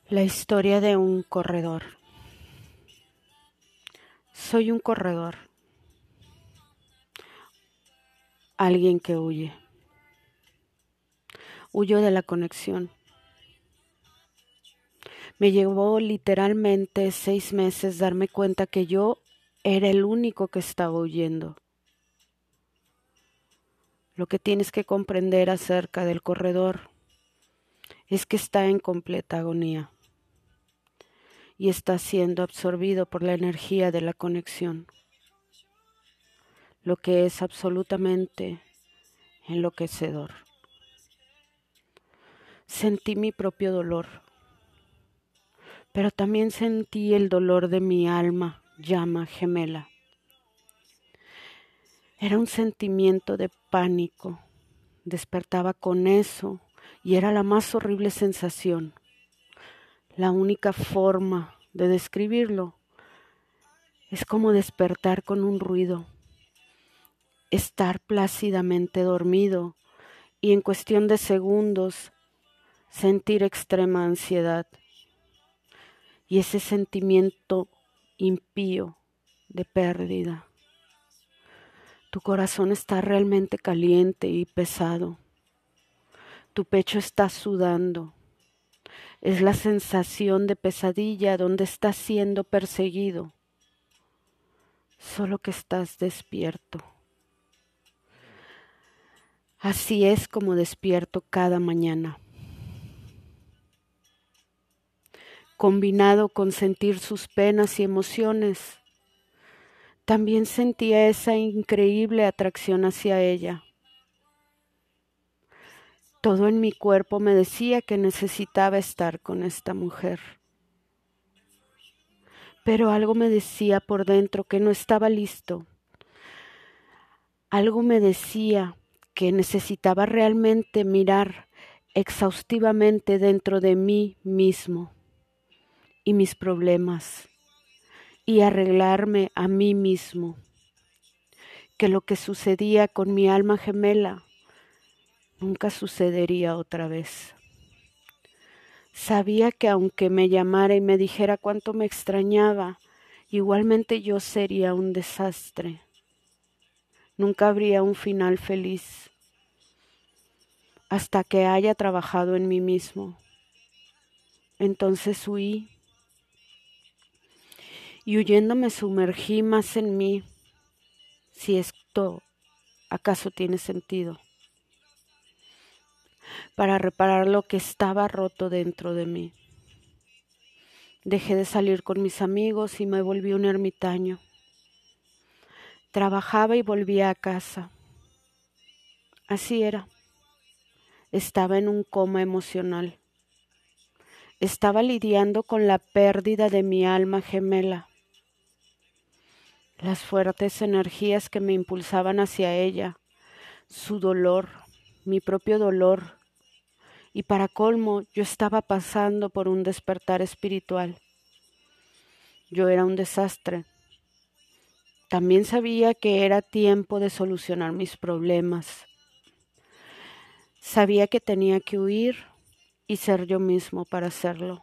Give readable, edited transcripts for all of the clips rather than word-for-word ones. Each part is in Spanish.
La historia de un corredor. Soy un corredor, alguien que huye. Huyo de la conexión. Me llevó literalmente 6 meses darme cuenta que yo era el único que estaba huyendo. Lo que tienes que comprender acerca del corredor es que está en completa agonía y está siendo absorbido por la energía de la conexión, lo que es absolutamente enloquecedor. Sentí mi propio dolor, pero también sentí el dolor de mi alma, llama gemela. Era un sentimiento de pánico, despertaba con eso y era la más horrible sensación. La única forma de describirlo es como despertar con un ruido, estar plácidamente dormido y en cuestión de segundos sentir extrema ansiedad y ese sentimiento impío de pérdida. Tu corazón está realmente caliente y pesado. Tu pecho está sudando. Es la sensación de pesadilla donde estás siendo perseguido. Solo que estás despierto. Así es como despierto cada mañana. Combinado con sentir sus penas y emociones, también sentía esa increíble atracción hacia ella. Todo en mi cuerpo me decía que necesitaba estar con esta mujer. Pero algo me decía por dentro que no estaba listo. Algo me decía que necesitaba realmente mirar exhaustivamente dentro de mí mismo y mis problemas y arreglarme a mí mismo. Que lo que sucedía con mi alma gemela nunca sucedería otra vez. Sabía que aunque me llamara y me dijera cuánto me extrañaba, igualmente yo sería un desastre. Nunca habría un final feliz hasta que haya trabajado en mí mismo. Entonces huí y huyendo me sumergí más en mí, si esto acaso tiene sentido, para reparar lo que estaba roto dentro de mí. Dejé de salir con mis amigos y me volví un ermitaño. Trabajaba y volvía a casa. Así era. Estaba en un coma emocional. Estaba lidiando con la pérdida de mi alma gemela. Las fuertes energías que me impulsaban hacia ella, su dolor, mi propio dolor. Y para colmo, yo estaba pasando por un despertar espiritual. Yo era un desastre. También sabía que era tiempo de solucionar mis problemas. Sabía que tenía que huir y ser yo mismo para hacerlo.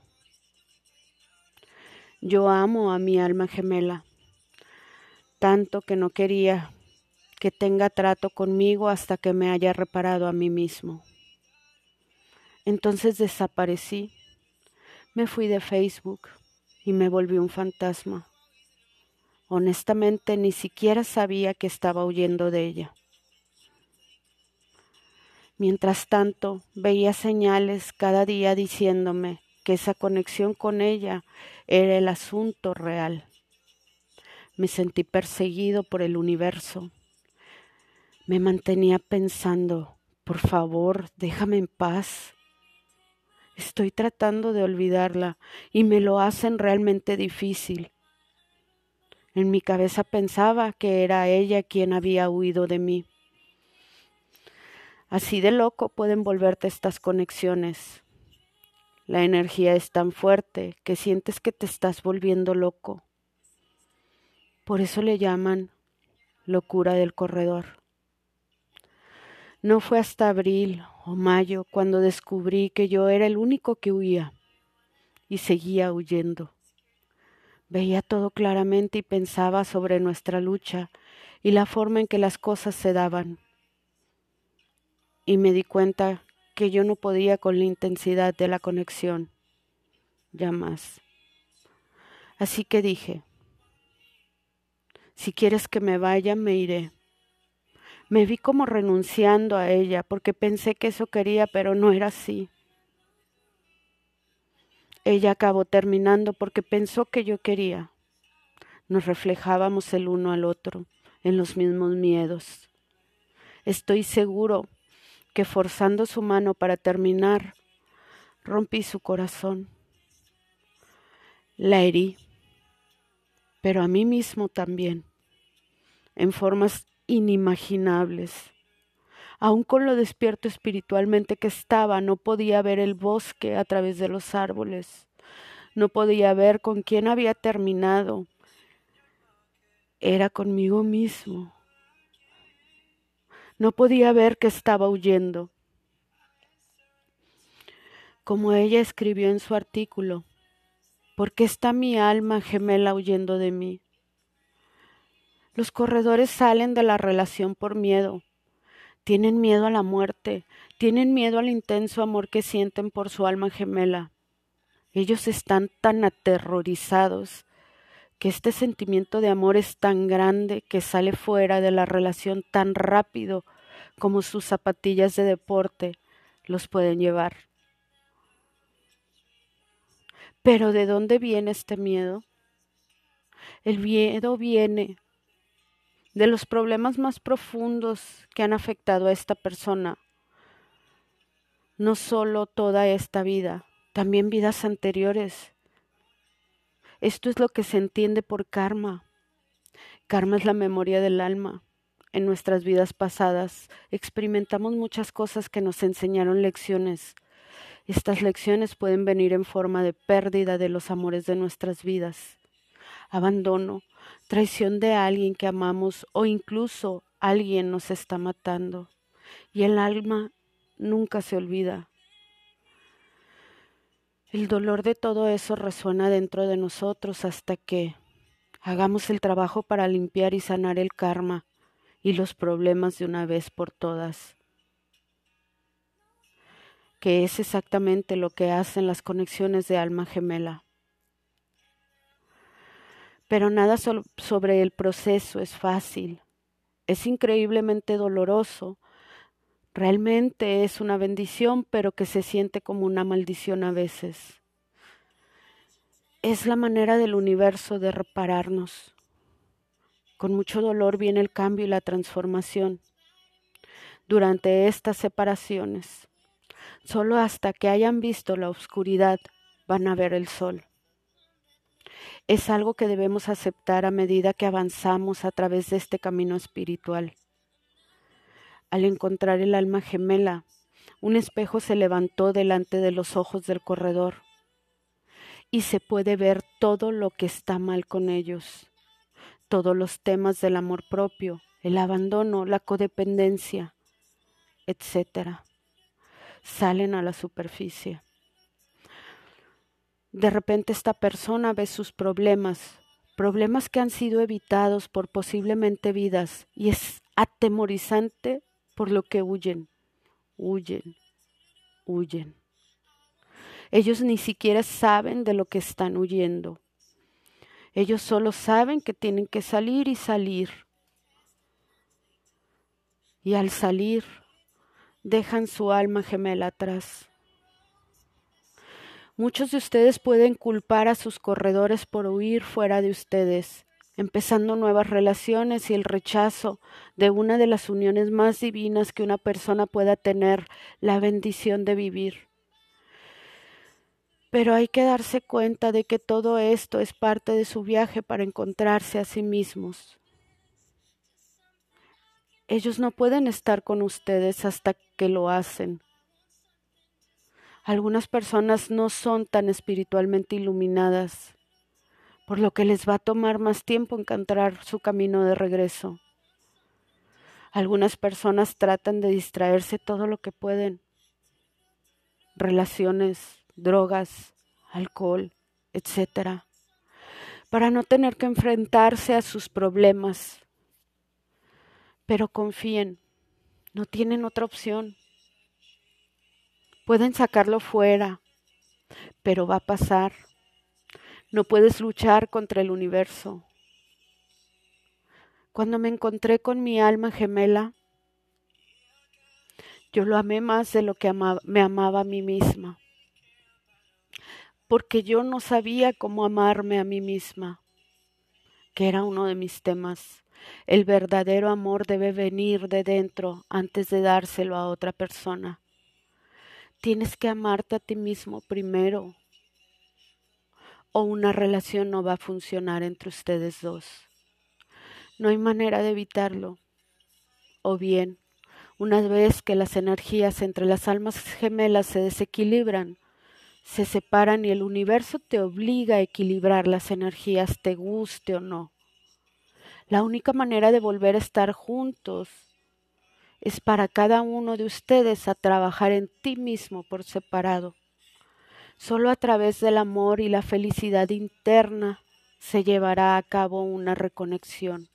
Yo amo a mi alma gemela, tanto que no quería que tenga trato conmigo hasta que me haya reparado a mí mismo. Entonces desaparecí, me fui de Facebook y me volví un fantasma. Honestamente, ni siquiera sabía que estaba huyendo de ella. Mientras tanto, veía señales cada día diciéndome que esa conexión con ella era el asunto real. Me sentí perseguido por el universo. Me mantenía pensando, por favor, déjame en paz. Estoy tratando de olvidarla y me lo hacen realmente difícil. En mi cabeza pensaba que era ella quien había huido de mí. Así de loco pueden volverte estas conexiones. La energía es tan fuerte que sientes que te estás volviendo loco. Por eso le llaman locura del corredor. No fue hasta abril o mayo cuando descubrí que yo era el único que huía. y seguía huyendo. Veía todo claramente y pensaba sobre nuestra lucha y la forma en que las cosas se daban. Y me di cuenta que yo no podía con la intensidad de la conexión, ya más. Así que dije, si quieres que me vaya, me iré. Me vi como renunciando a ella porque pensé que eso quería, pero no era así. Ella acabó terminando porque pensó que yo quería. Nos reflejábamos el uno al otro en los mismos miedos. Estoy seguro que forzando su mano para terminar, rompí su corazón. La herí, pero a mí mismo también, en formas inimaginables. Aún con lo despierto espiritualmente que estaba, no podía ver el bosque a través de los árboles. No podía ver con quién había terminado. Era conmigo mismo. No podía ver que estaba huyendo. Como ella escribió en su artículo, ¿por qué está mi alma gemela huyendo de mí? Los corredores salen de la relación por miedo. Tienen miedo a la muerte, tienen miedo al intenso amor que sienten por su alma gemela. Ellos están tan aterrorizados que este sentimiento de amor es tan grande que sale fuera de la relación tan rápido como sus zapatillas de deporte los pueden llevar. Pero ¿de dónde viene este miedo? El miedo viene de los problemas más profundos que han afectado a esta persona. No solo toda esta vida, también vidas anteriores. Esto es lo que se entiende por karma. Karma es la memoria del alma. En nuestras vidas pasadas experimentamos muchas cosas que nos enseñaron lecciones. Estas lecciones pueden venir en forma de pérdida de los amores de nuestras vidas, abandono, traición de alguien que amamos o incluso alguien nos está matando. Y el alma nunca se olvida. El dolor de todo eso resuena dentro de nosotros hasta que hagamos el trabajo para limpiar y sanar el karma y los problemas de una vez por todas, que es exactamente lo que hacen las conexiones de alma gemela. Pero nada sobre el proceso es fácil, es increíblemente doloroso, realmente es una bendición, pero que se siente como una maldición a veces. Es la manera del universo de repararnos. Con mucho dolor viene el cambio y la transformación. Durante estas separaciones, solo hasta que hayan visto la oscuridad van a ver el sol. Es algo que debemos aceptar a medida que avanzamos a través de este camino espiritual. Al encontrar el alma gemela, un espejo se levantó delante de los ojos del corredor y se puede ver todo lo que está mal con ellos, todos los temas del amor propio, el abandono, la codependencia, etcétera, salen a la superficie. De repente esta persona ve sus problemas que han sido evitados por posiblemente vidas, y es atemorizante por lo que huyen. Ellos ni siquiera saben de lo que están huyendo. Ellos solo saben que tienen que salir y salir. Y al salir, dejan su alma gemela atrás. Muchos de ustedes pueden culpar a sus corredores por huir fuera de ustedes, empezando nuevas relaciones y el rechazo de una de las uniones más divinas que una persona pueda tener, la bendición de vivir. Pero hay que darse cuenta de que todo esto es parte de su viaje para encontrarse a sí mismos. Ellos no pueden estar con ustedes hasta que lo hacen. Algunas personas no son tan espiritualmente iluminadas, por lo que les va a tomar más tiempo encontrar su camino de regreso. Algunas personas tratan de distraerse todo lo que pueden. Relaciones, drogas, alcohol, etcétera, para no tener que enfrentarse a sus problemas. Pero confíen, no tienen otra opción. Pueden sacarlo fuera, pero va a pasar. No puedes luchar contra el universo. Cuando me encontré con mi alma gemela, yo lo amé más de lo que me amaba a mí misma, porque yo no sabía cómo amarme a mí misma, que era uno de mis temas. El verdadero amor debe venir de dentro antes de dárselo a otra persona. Tienes que amarte a ti mismo primero, o una relación no va a funcionar entre ustedes dos. No hay manera de evitarlo. O bien, una vez que las energías entre las almas gemelas se desequilibran, se separan y el universo te obliga a equilibrar las energías, te guste o no. La única manera de volver a estar juntos es para cada uno de ustedes a trabajar en ti mismo por separado. Solo a través del amor y la felicidad interna se llevará a cabo una reconexión.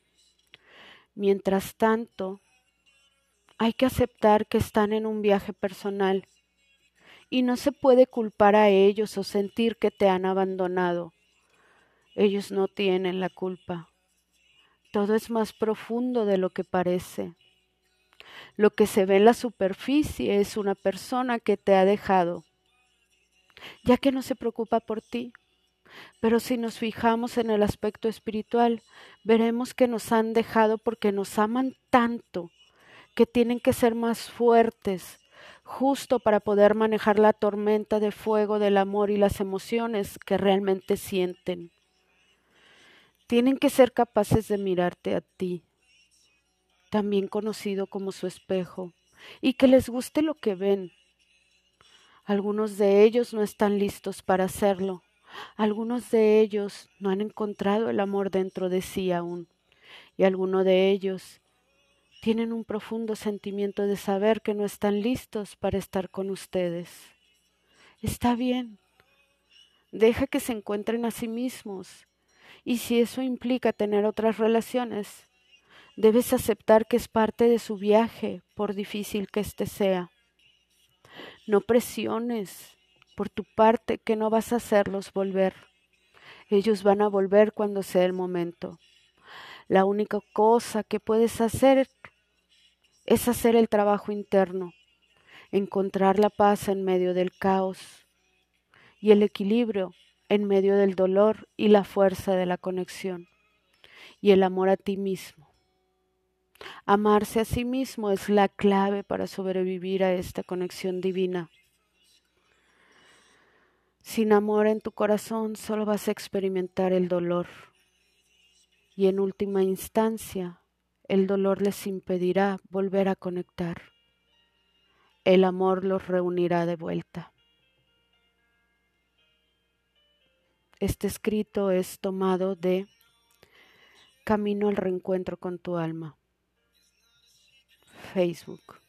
Mientras tanto, hay que aceptar que están en un viaje personal y no se puede culpar a ellos o sentir que te han abandonado. Ellos no tienen la culpa. Todo es más profundo de lo que parece. Lo que se ve en la superficie es una persona que te ha dejado, ya que no se preocupa por ti. Pero si nos fijamos en el aspecto espiritual, veremos que nos han dejado porque nos aman tanto que tienen que ser más fuertes, justo para poder manejar la tormenta de fuego del amor y las emociones que realmente sienten. Tienen que ser capaces de mirarte a ti, también conocido como su espejo, y que les guste lo que ven. Algunos de ellos no están listos para hacerlo. Algunos de ellos no han encontrado el amor dentro de sí aún. Y algunos de ellos tienen un profundo sentimiento de saber que no están listos para estar con ustedes. Está bien. Deja que se encuentren a sí mismos. Y si eso implica tener otras relaciones, debes aceptar que es parte de su viaje, por difícil que éste sea. No presiones por tu parte que no vas a hacerlos volver. Ellos van a volver cuando sea el momento. La única cosa que puedes hacer es hacer el trabajo interno, encontrar la paz en medio del caos y el equilibrio en medio del dolor y la fuerza de la conexión y el amor a ti mismo. Amarse a sí mismo es la clave para sobrevivir a esta conexión divina. Sin amor en tu corazón solo vas a experimentar el dolor y en última instancia el dolor les impedirá volver a conectar. El amor los reunirá de vuelta. Este escrito es tomado de Camino al reencuentro con tu alma, Facebook.